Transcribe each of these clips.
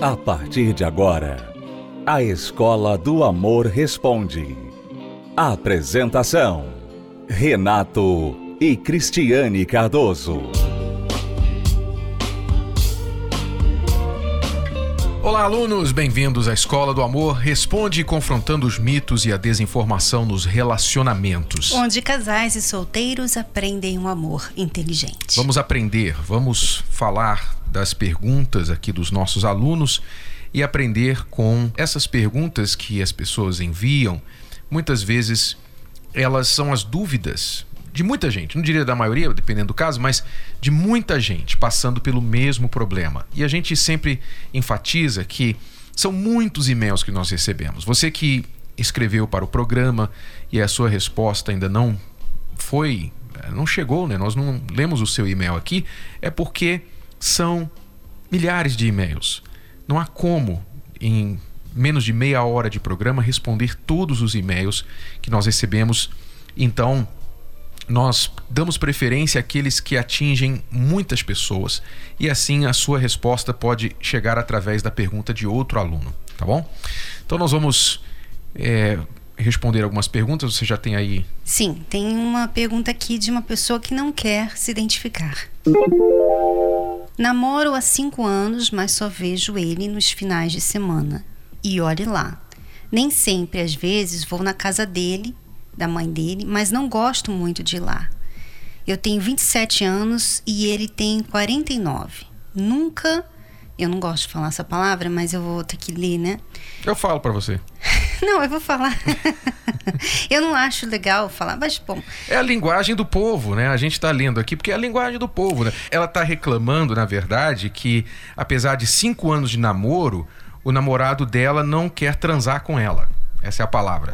A partir de agora, a Escola do Amor Responde. Apresentação: Renato e Cristiane Cardoso. Olá, alunos! Bem-vindos à Escola do Amor Responde, confrontando os mitos e a desinformação nos relacionamentos. Onde casais e solteiros aprendem um amor inteligente. Vamos aprender, vamos falar das perguntas aqui dos nossos alunos e aprender com essas perguntas que as pessoas enviam. Muitas vezes elas são as dúvidas de muita gente, não diria da maioria, dependendo do caso, mas de muita gente passando pelo mesmo problema. E a gente sempre enfatiza que são muitos e-mails que nós recebemos. Você que escreveu para o programa e a sua resposta ainda não chegou, né? Nós não lemos o seu e-mail aqui, é porque são milhares de e-mails. Não há como, em menos de meia hora de programa, responder todos os e-mails que nós recebemos. Então, nós damos preferência àqueles que atingem muitas pessoas e assim a sua resposta pode chegar através da pergunta de outro aluno, tá bom? Então nós vamos responder algumas perguntas. Você já tem aí? Sim, tem uma pergunta aqui de uma pessoa que não quer se identificar. Namoro há 5 anos, mas só vejo ele nos finais de semana. E olhe lá, nem sempre, às vezes, vou na casa dele, da mãe dele, mas não gosto muito de ir lá. Eu tenho 27 anos e ele tem 49. Eu não gosto de falar essa palavra, mas eu vou ter que ler, né? Eu falo pra você. Não, eu vou falar. Eu não acho legal falar, mas bom. É a linguagem do povo, né? A gente tá lendo aqui porque é a linguagem do povo, né? Ela tá reclamando, na verdade, que apesar de 5 anos de namoro, o namorado dela não quer transar com ela. Essa é a palavra.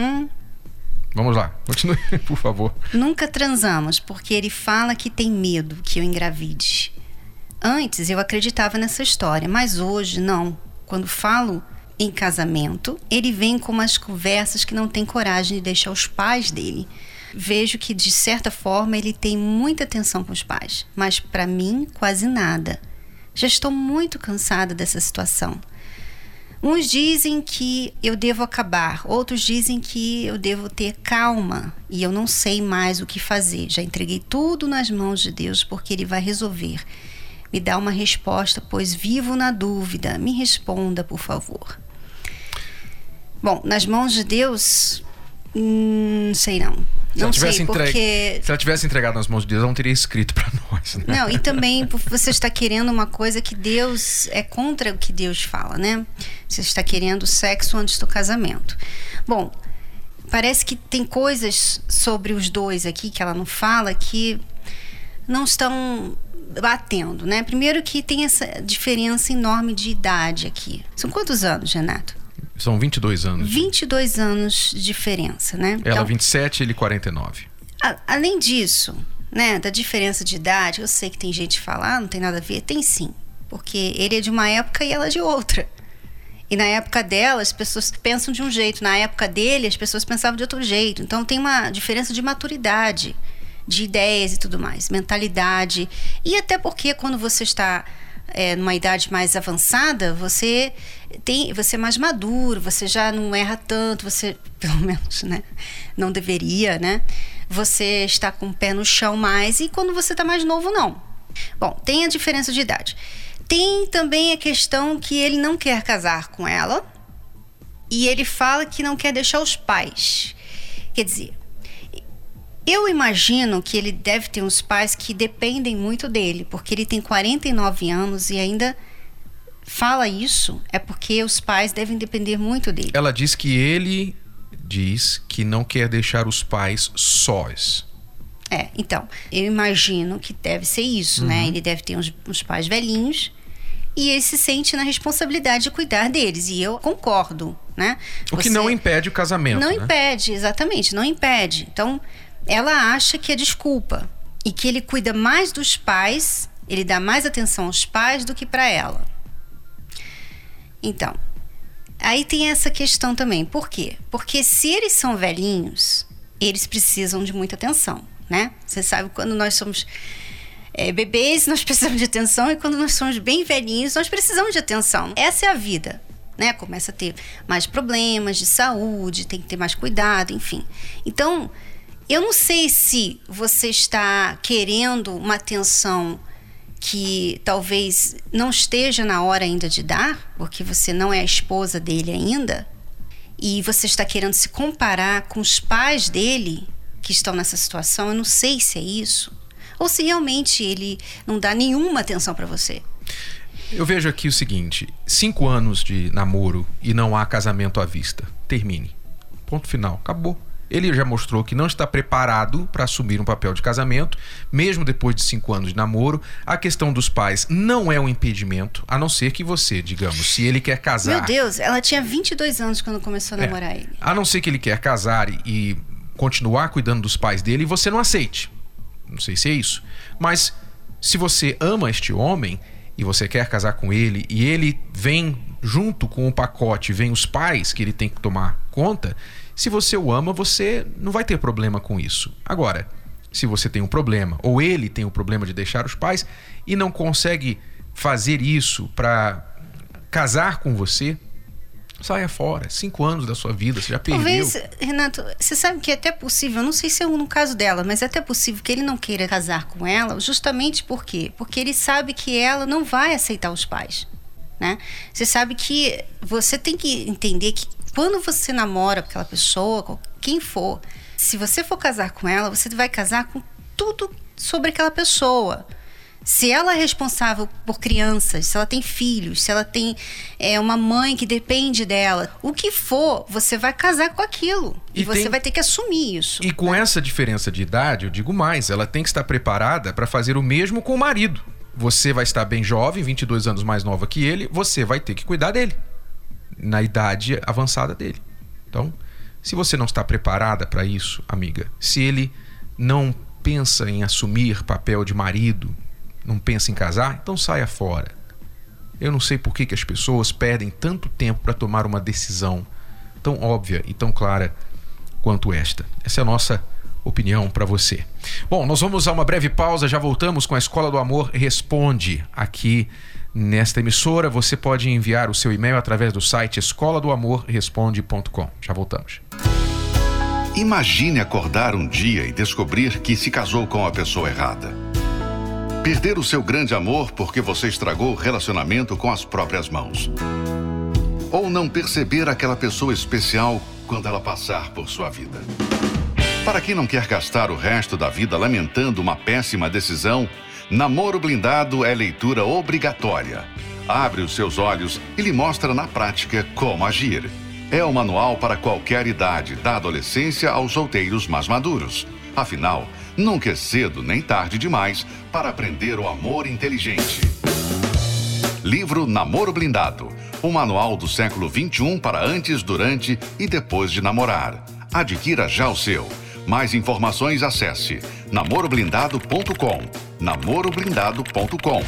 Vamos lá, continue, por favor. Nunca transamos porque ele fala que tem medo que eu engravide. Antes eu acreditava nessa história, mas hoje não. Quando falo em casamento, ele vem com umas conversas que não tem coragem de deixar os pais dele. Vejo que, de certa forma, ele tem muita atenção com os pais, mas para mim, quase nada. Já estou muito cansada dessa situação. Uns dizem que eu devo acabar, outros dizem que eu devo ter calma e eu não sei mais o que fazer. Já entreguei tudo nas mãos de Deus porque Ele vai resolver. Me dá uma resposta, pois vivo na dúvida. Me responda, por favor. Bom, nas mãos de Deus, sei não. Não sei, porque... Se ela tivesse entregado nas mãos de Deus, ela não teria escrito para nós, né? Não, e também você está querendo uma coisa que Deus é contra o que Deus fala, né? Você está querendo sexo antes do casamento. Bom, parece que tem coisas sobre os dois aqui que ela não fala que não estão batendo, né? Primeiro que tem essa diferença enorme de idade aqui. São quantos anos, Renato? São 22 anos. 22 anos de diferença, né? Ela então, 27, ele 49. Além disso, né, da diferença de idade, eu sei que tem gente que fala, não tem nada a ver. Tem sim, porque ele é de uma época e ela de outra. E na época dela, as pessoas pensam de um jeito. Na época dele, as pessoas pensavam de outro jeito. Então tem uma diferença de maturidade, de ideias e tudo mais, mentalidade. E até porque quando você está numa idade mais avançada, você é mais maduro, você já não erra tanto, você, pelo menos, né, não deveria, né? Você está com o pé no chão mais, e quando você está mais novo, não. Bom, tem a diferença de idade. Tem também a questão que ele não quer casar com ela e ele fala que não quer deixar os pais. Quer dizer, eu imagino que ele deve ter uns pais que dependem muito dele, porque ele tem 49 anos e ainda fala isso, é porque os pais devem depender muito dele. Ela diz que ele diz que não quer deixar os pais sós. Então, eu imagino que deve ser isso, né? Ele deve ter uns pais velhinhos e ele se sente na responsabilidade de cuidar deles, e eu concordo, né? O que não impede o casamento, não, né? impede, exatamente, não impede. Então, ela acha que é desculpa e que ele cuida mais dos pais, ele dá mais atenção aos pais do que para ela. Então, aí tem essa questão também. Por quê? Porque se eles são velhinhos, eles precisam de muita atenção, né? Você sabe, quando nós somos bebês, nós precisamos de atenção, e quando nós somos bem velhinhos, nós precisamos de atenção. Essa é a vida, né? Começa a ter mais problemas de saúde, tem que ter mais cuidado, enfim. Então, eu não sei se você está querendo uma atenção que talvez não esteja na hora ainda de dar, porque você não é a esposa dele ainda, e você está querendo se comparar com os pais dele que estão nessa situação. Eu não sei se é isso, ou se realmente ele não dá nenhuma atenção para você. Eu vejo aqui o seguinte: 5 anos de namoro e não há casamento à vista. Termine. Ponto final. Acabou. Ele já mostrou que não está preparado para assumir um papel de casamento, mesmo depois de 5 anos de namoro. A questão dos pais não é um impedimento, a não ser que você, digamos, se ele quer casar... Meu Deus, ela tinha 22 anos quando começou a namorar ele. A não ser que ele quer casar e continuar cuidando dos pais dele e você não aceite. Não sei se é isso. Mas se você ama este homem e você quer casar com ele e ele vem junto com o pacote, vem os pais que ele tem que tomar conta... Se você o ama, você não vai ter problema com isso. Agora, se você tem um problema, ou ele tem um problema de deixar os pais e não consegue fazer isso para casar com você, saia fora. 5 anos da sua vida, você já perdeu. Talvez, Renato, você sabe que é até possível, não sei se é no caso dela, mas é até possível que ele não queira casar com ela, justamente por quê? Porque ele sabe que ela não vai aceitar os pais, né? Você sabe que você tem que entender que quando você namora com aquela pessoa, quem for, se você for casar com ela, você vai casar com tudo sobre aquela pessoa. Se ela é responsável por crianças, se ela tem filhos, se ela tem uma mãe que depende dela, o que for, você vai casar com aquilo. E você vai ter que assumir isso. E com essa diferença de idade, eu digo mais, ela tem que estar preparada para fazer o mesmo com o marido. Você vai estar bem jovem, 22 anos mais nova que ele, você vai ter que cuidar dele na idade avançada dele. Então, se você não está preparada para isso, amiga, se ele não pensa em assumir papel de marido, não pensa em casar, então saia fora. Eu não sei por que as pessoas perdem tanto tempo para tomar uma decisão tão óbvia e tão clara quanto esta. Essa é a nossa opinião para você. Bom, nós vamos a uma breve pausa, já voltamos com a Escola do Amor Responde aqui nesta emissora. Você pode enviar o seu e-mail através do site escoladoamorresponde.com. Já voltamos. Imagine acordar um dia e descobrir que se casou com a pessoa errada. Perder o seu grande amor porque você estragou o relacionamento com as próprias mãos. Ou não perceber aquela pessoa especial quando ela passar por sua vida. Para quem não quer gastar o resto da vida lamentando uma péssima decisão, Namoro Blindado é leitura obrigatória. Abre os seus olhos e lhe mostra na prática como agir. É um manual para qualquer idade, da adolescência aos solteiros mais maduros. Afinal, nunca é cedo nem tarde demais para aprender o amor inteligente. Livro Namoro Blindado. Um manual do século XXI para antes, durante e depois de namorar. Adquira já o seu. Mais informações, acesse namoroblindado.com. namoroblindado.com.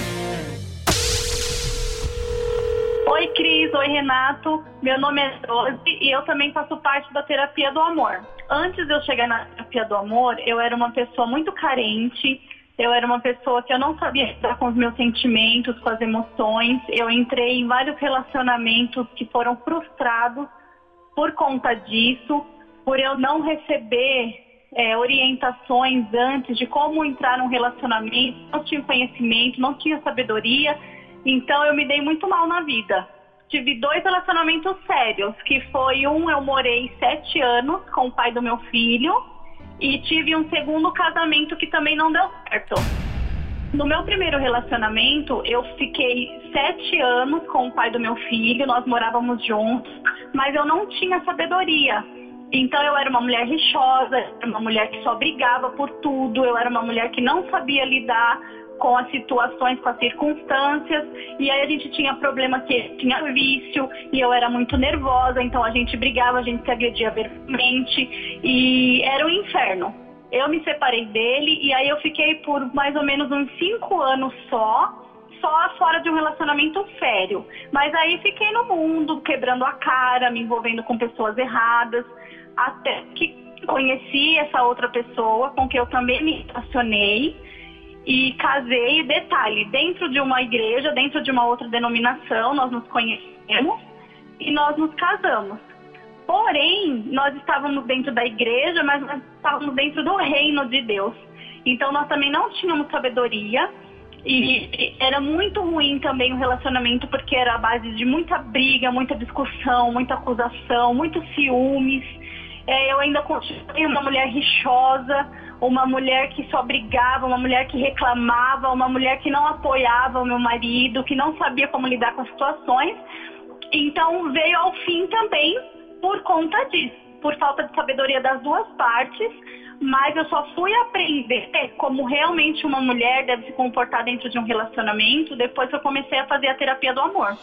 Oi, Cris. Oi, Renato. Meu nome é Doze e eu também faço parte da terapia do amor. Antes de eu chegar na terapia do amor, eu era uma pessoa muito carente. Eu era uma pessoa que eu não sabia lidar com os meus sentimentos, com as emoções. Eu entrei em vários relacionamentos que foram frustrados por conta disso, por eu não receber orientações antes de como entrar num relacionamento. Não tinha conhecimento, não tinha sabedoria, então eu me dei muito mal na vida. Tive 2 relacionamentos sérios, que foi eu morei 7 anos com o pai do meu filho, e tive um segundo casamento que também não deu certo. No meu primeiro relacionamento, eu fiquei 7 anos com o pai do meu filho, nós morávamos juntos, mas eu não tinha sabedoria. Então eu era uma mulher rixosa, era uma mulher que só brigava por tudo, eu era uma mulher que não sabia lidar com as situações, com as circunstâncias, e aí a gente tinha problema que tinha vício, e eu era muito nervosa, então a gente brigava, a gente se agredia verbalmente, e era um inferno. Eu me separei dele, e aí eu fiquei por mais ou menos uns 5 anos só fora de um relacionamento sério. Mas aí fiquei no mundo, quebrando a cara, me envolvendo com pessoas erradas, até que conheci essa outra pessoa com que eu também me relacionei. e casei, detalhe, dentro de uma igreja, dentro de uma outra denominação, nós nos conhecemos e nós nos casamos. Porém, nós estávamos dentro da igreja, mas nós estávamos dentro do reino de Deus. Então, nós também não tínhamos sabedoria e era muito ruim também o relacionamento, porque era a base de muita briga, muita discussão, muita acusação, muitos ciúmes. Eu ainda continuei uma mulher rixosa, uma mulher que só brigava, uma mulher que reclamava, uma mulher que não apoiava o meu marido, que não sabia como lidar com as situações. Então veio ao fim também por conta disso, por falta de sabedoria das duas partes, mas eu só fui aprender como realmente uma mulher deve se comportar dentro de um relacionamento depois que eu comecei a fazer a terapia do amor.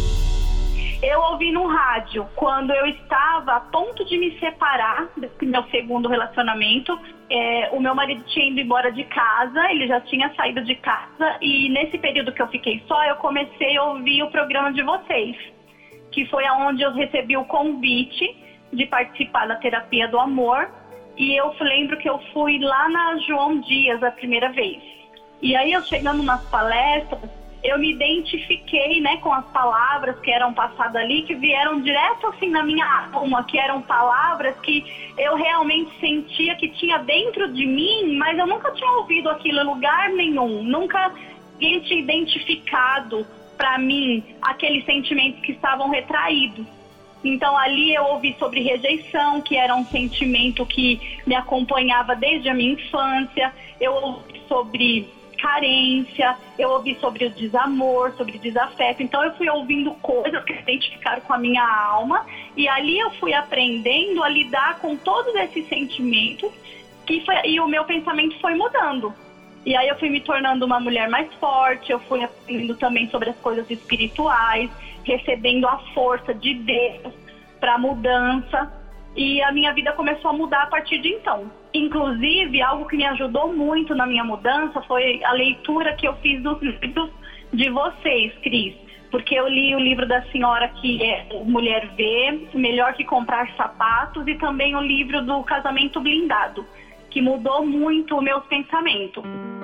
Eu ouvi no rádio, quando eu estava a ponto de me separar desse meu segundo relacionamento, o meu marido tinha ido embora de casa, ele já tinha saído de casa, e nesse período que eu fiquei só, eu comecei a ouvir o programa de vocês, que foi onde eu recebi o convite de participar da terapia do amor, e eu lembro que eu fui lá na João Dias a primeira vez. E aí eu chegando nas palestras, eu me identifiquei, né, com as palavras que eram passadas ali, que vieram direto assim na minha alma, que eram palavras que eu realmente sentia que tinha dentro de mim, mas eu nunca tinha ouvido aquilo em lugar nenhum, nunca tinha identificado para mim aqueles sentimentos que estavam retraídos. Então ali eu ouvi sobre rejeição, que era um sentimento que me acompanhava desde a minha infância, eu ouvi sobre carência, eu ouvi sobre o desamor, sobre o desafeto. Então eu fui ouvindo coisas que se identificaram com a minha alma, e ali eu fui aprendendo a lidar com todos esses sentimentos, e o meu pensamento foi mudando. E aí eu fui me tornando uma mulher mais forte, eu fui aprendendo também sobre as coisas espirituais, recebendo a força de Deus para mudança, e a minha vida começou a mudar a partir de então. Inclusive, algo que me ajudou muito na minha mudança foi a leitura que eu fiz dos livros de vocês, Cris. Porque eu li o livro da senhora que é Mulher Vê, Melhor que Comprar Sapatos, e também o livro do Casamento Blindado, que mudou muito os meus pensamentos.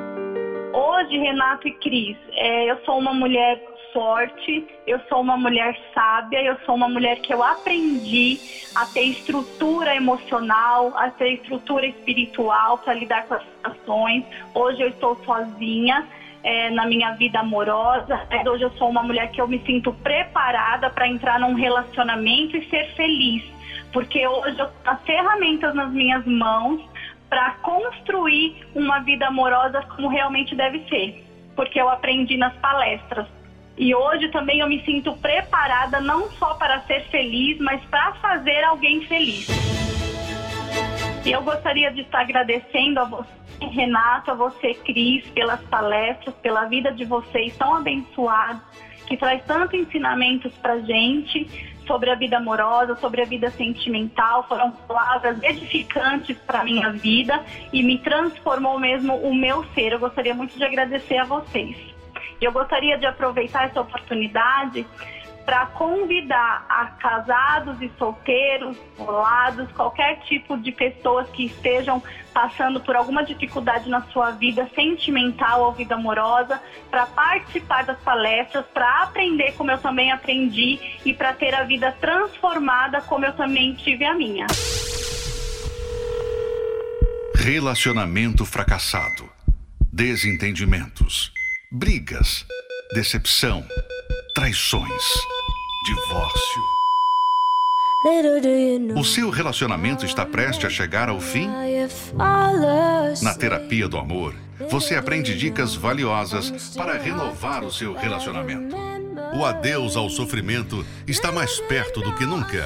Hoje, Renato e Cris, eu sou uma mulher forte, eu sou uma mulher sábia, eu sou uma mulher que eu aprendi a ter estrutura emocional, a ter estrutura espiritual para lidar com as situações. Hoje eu estou sozinha na minha vida amorosa. Hoje eu sou uma mulher que eu me sinto preparada para entrar num relacionamento e ser feliz, porque hoje eu tenho as ferramentas nas minhas mãos para construir uma vida amorosa como realmente deve ser, porque eu aprendi nas palestras. E hoje também eu me sinto preparada não só para ser feliz, mas para fazer alguém feliz. E eu gostaria de estar agradecendo a você, Renato, a você, Cris, pelas palestras, pela vida de vocês tão abençoados, que traz tantos ensinamentos para gente sobre a vida amorosa, sobre a vida sentimental. Foram palavras edificantes para a minha vida e me transformou mesmo o meu ser. Eu gostaria muito de agradecer a vocês. Eu gostaria de aproveitar essa oportunidade para convidar a casados e solteiros, isolados, qualquer tipo de pessoas que estejam passando por alguma dificuldade na sua vida sentimental ou vida amorosa, para participar das palestras, para aprender como eu também aprendi e para ter a vida transformada como eu também tive a minha. Relacionamento fracassado, desentendimentos, brigas, decepção, traições, divórcio. O seu relacionamento está prestes a chegar ao fim? Na terapia do amor, você aprende dicas valiosas para renovar o seu relacionamento. O adeus ao sofrimento está mais perto do que nunca.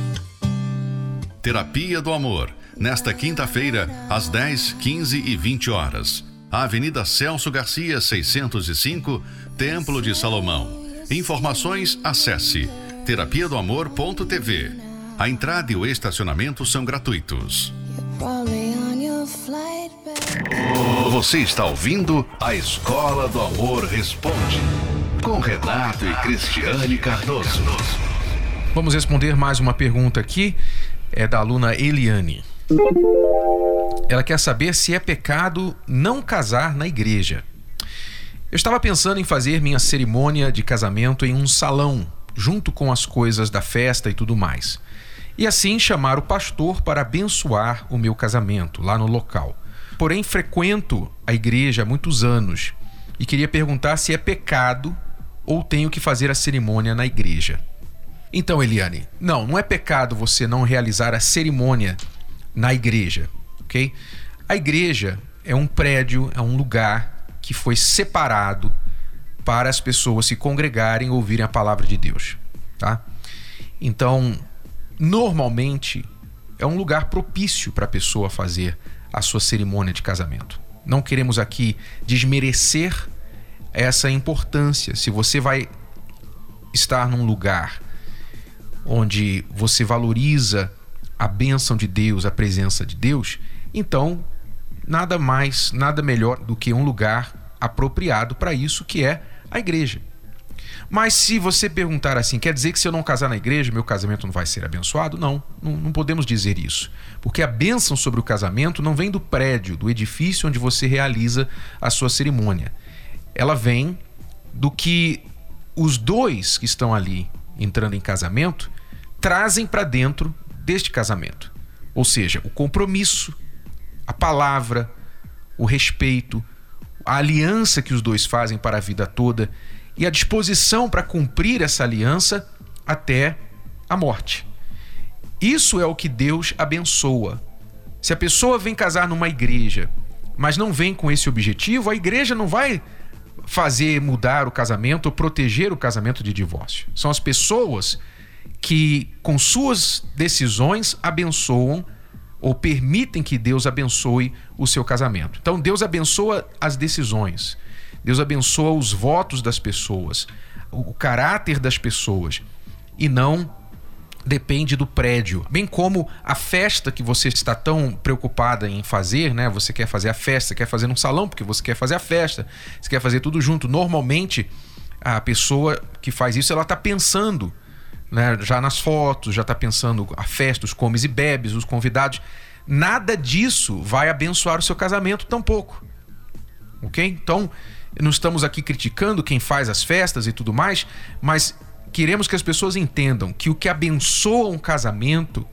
Terapia do Amor, nesta quinta-feira, às 10, 15 e 20 horas. Avenida Celso Garcia, 605, Templo de Salomão. Informações, acesse terapiadoamor.tv. A entrada e o estacionamento são gratuitos. Você está ouvindo a Escola do Amor Responde, com Renato e Cristiane Cardoso. Vamos responder mais uma pergunta aqui, é da aluna Eliane. Ela quer saber se é pecado não casar na igreja. Eu estava pensando em fazer minha cerimônia de casamento em um salão, junto com as coisas da festa e tudo mais. E assim chamar o pastor para abençoar o meu casamento lá no local. Porém, frequento a igreja há muitos anos e queria perguntar se é pecado ou tenho que fazer a cerimônia na igreja. Então, Eliane, não é pecado você não realizar a cerimônia na igreja, ok? A igreja é um prédio, é um lugar que foi separado para as pessoas se congregarem e ouvirem a palavra de Deus, tá? Então, normalmente, é um lugar propício para a pessoa fazer a sua cerimônia de casamento. Não queremos aqui desmerecer essa importância. Se você vai estar num lugar onde você valoriza a bênção de Deus, a presença de Deus, então nada melhor do que um lugar apropriado para isso, que é a igreja. Mas se você perguntar assim, quer dizer que se eu não casar na igreja, meu casamento não vai ser abençoado? Não podemos dizer isso. Porque a bênção sobre o casamento não vem do prédio, do edifício onde você realiza a sua cerimônia. Ela vem do que os dois que estão ali entrando em casamento trazem para dentro deste casamento. Ou seja, o compromisso, a palavra, o respeito, a aliança que os dois fazem para a vida toda e a disposição para cumprir essa aliança até a morte. Isso é o que Deus abençoa. Se a pessoa vem casar numa igreja, mas não vem com esse objetivo, a igreja não vai fazer mudar o casamento ou proteger o casamento de divórcio. São as pessoas que, com suas decisões, abençoam ou permitem que Deus abençoe o seu casamento. Então, Deus abençoa as decisões, Deus abençoa os votos das pessoas, o caráter das pessoas, e não depende do prédio. Bem como a festa que você está tão preocupada em fazer, né? Você quer fazer a festa, você quer fazer num salão porque você quer fazer a festa, você quer fazer tudo junto. Normalmente, a pessoa que faz isso, ela está pensando, né, já nas fotos, já está pensando a festa, os comes e bebes, os convidados. Nada disso vai abençoar o seu casamento tampouco. Ok? Então, não estamos aqui criticando quem faz as festas e tudo mais, mas queremos que as pessoas entendam que o que abençoa um casamento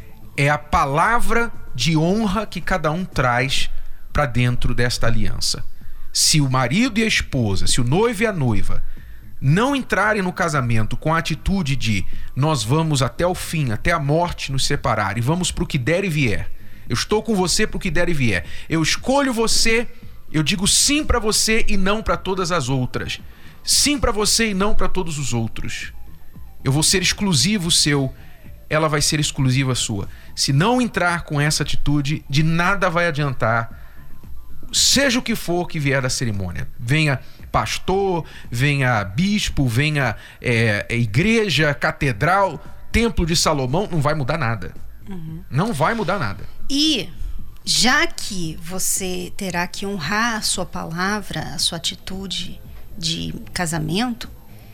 é a palavra de honra que cada um traz para dentro desta aliança. Se o marido e a esposa, se o noivo e a noiva não entrarem no casamento com a atitude de nós vamos até o fim, até a morte nos separar e vamos para o que der e vier. Eu estou com você para o que der e vier. Eu escolho você, eu digo sim para você e não para todas as outras. Sim para você e não para todos os outros. Eu vou ser exclusivo seu, ela vai ser exclusiva sua. Se não entrar com essa atitude, de nada vai adiantar, seja o que for que vier da cerimônia. Venha pastor, venha bispo, venha igreja, catedral, templo de Salomão, não vai mudar nada. Não vai mudar nada. E já que você terá que honrar a sua palavra, a sua atitude de casamento,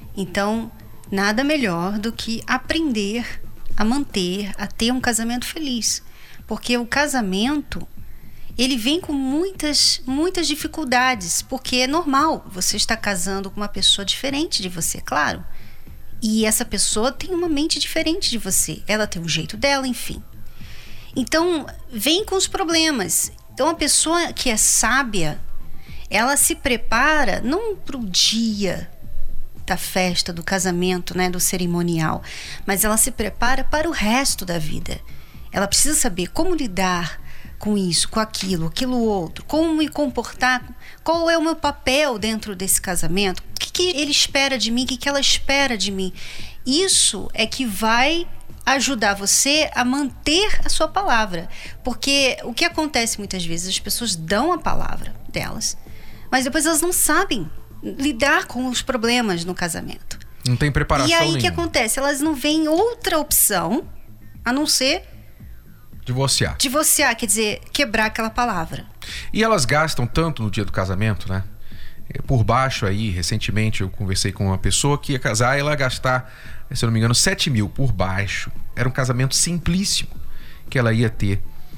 então nada melhor do que aprender a manter, a ter um casamento feliz. Porque o casamento, ele vem com muitas dificuldades, porque é normal, você está casando com uma pessoa diferente de você, claro. E essa pessoa tem uma mente diferente de você, ela tem um jeito dela, enfim. Então, vem com os problemas. Então, a pessoa que é sábia, ela se prepara não para o dia da festa, do casamento, né, do cerimonial, mas ela se prepara para o resto da vida. Ela precisa saber como lidar com isso, com aquilo outro, como me comportar, qual é o meu papel dentro desse casamento, o que ele espera de mim, o que ela espera de mim. Isso é que vai ajudar você a manter a sua palavra, porque o que acontece muitas vezes, as pessoas dão a palavra delas, mas depois elas não sabem lidar com os problemas no casamento. Não tem preparação nenhuma. E aí o que acontece? Elas não veem outra opção a não ser divorciar, quer dizer, quebrar aquela palavra. E elas gastam tanto no dia do casamento, né? Por baixo aí, recentemente eu conversei com uma pessoa que ia casar e ela ia gastar, se eu não me engano, 7 mil por baixo. Era um casamento simplíssimo que ela ia ter,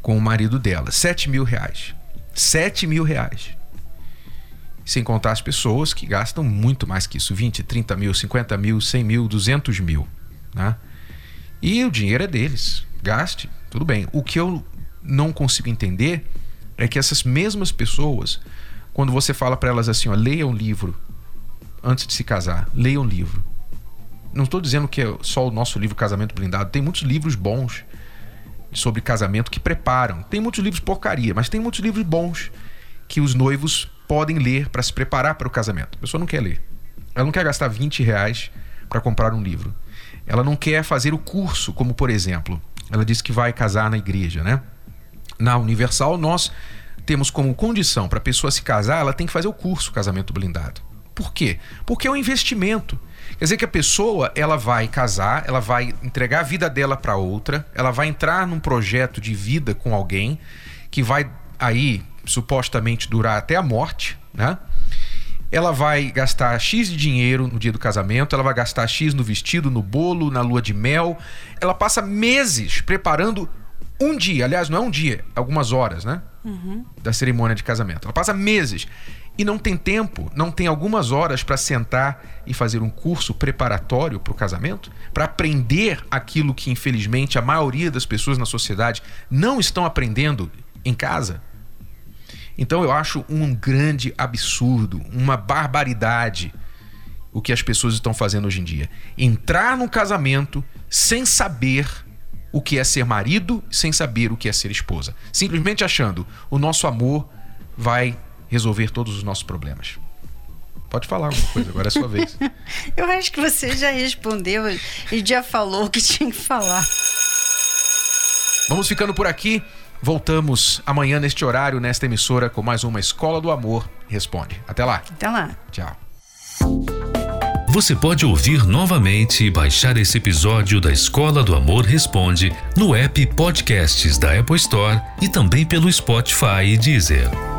com o marido dela. R$7.000. R$7.000. Sem contar as pessoas que gastam muito mais que isso. 20, 30 mil, 50 mil, 100 mil, 200 mil. Né? E o dinheiro é deles. Gaste, tudo bem. O que eu não consigo entender é que essas mesmas pessoas, quando você fala para elas assim, ó, leia um livro antes de se casar, leia um livro. Não estou dizendo que é só o nosso livro Casamento Blindado. Tem muitos livros bons sobre casamento que preparam. Tem muitos livros porcaria, mas tem muitos livros bons que os noivos podem ler para se preparar para o casamento. A pessoa não quer ler. Ela não quer gastar R$20 para comprar um livro. Ela não quer fazer o curso, como por exemplo, ela disse que vai casar na igreja, né? Na Universal, nós temos como condição para a pessoa se casar, ela tem que fazer o curso Casamento Blindado. Por quê? Porque é um investimento. Quer dizer que a pessoa, ela vai casar, ela vai entregar a vida dela para outra, ela vai entrar num projeto de vida com alguém que vai aí supostamente durar até a morte, né? Ela vai gastar X de dinheiro no dia do casamento, ela vai gastar X no vestido, no bolo, na lua de mel. Ela passa meses preparando um dia, aliás, não é um dia, algumas horas, né? Da cerimônia de casamento. Ela passa meses e não tem tempo, não tem algumas horas para sentar e fazer um curso preparatório para o casamento, para aprender aquilo que, infelizmente, a maioria das pessoas na sociedade não estão aprendendo em casa. Então eu acho um grande absurdo, uma barbaridade o que as pessoas estão fazendo hoje em dia. Entrar num casamento sem saber o que é ser marido, sem saber o que é ser esposa. Simplesmente achando o nosso amor vai resolver todos os nossos problemas. Pode falar alguma coisa, agora é a sua vez. Eu acho que você já respondeu e já falou o que tinha que falar. Vamos ficando por aqui. Voltamos amanhã neste horário, nesta emissora, com mais uma Escola do Amor Responde. Até lá. Até lá. Tchau. Você pode ouvir novamente e baixar esse episódio da Escola do Amor Responde no app Podcasts da Apple Store e também pelo Spotify e Deezer.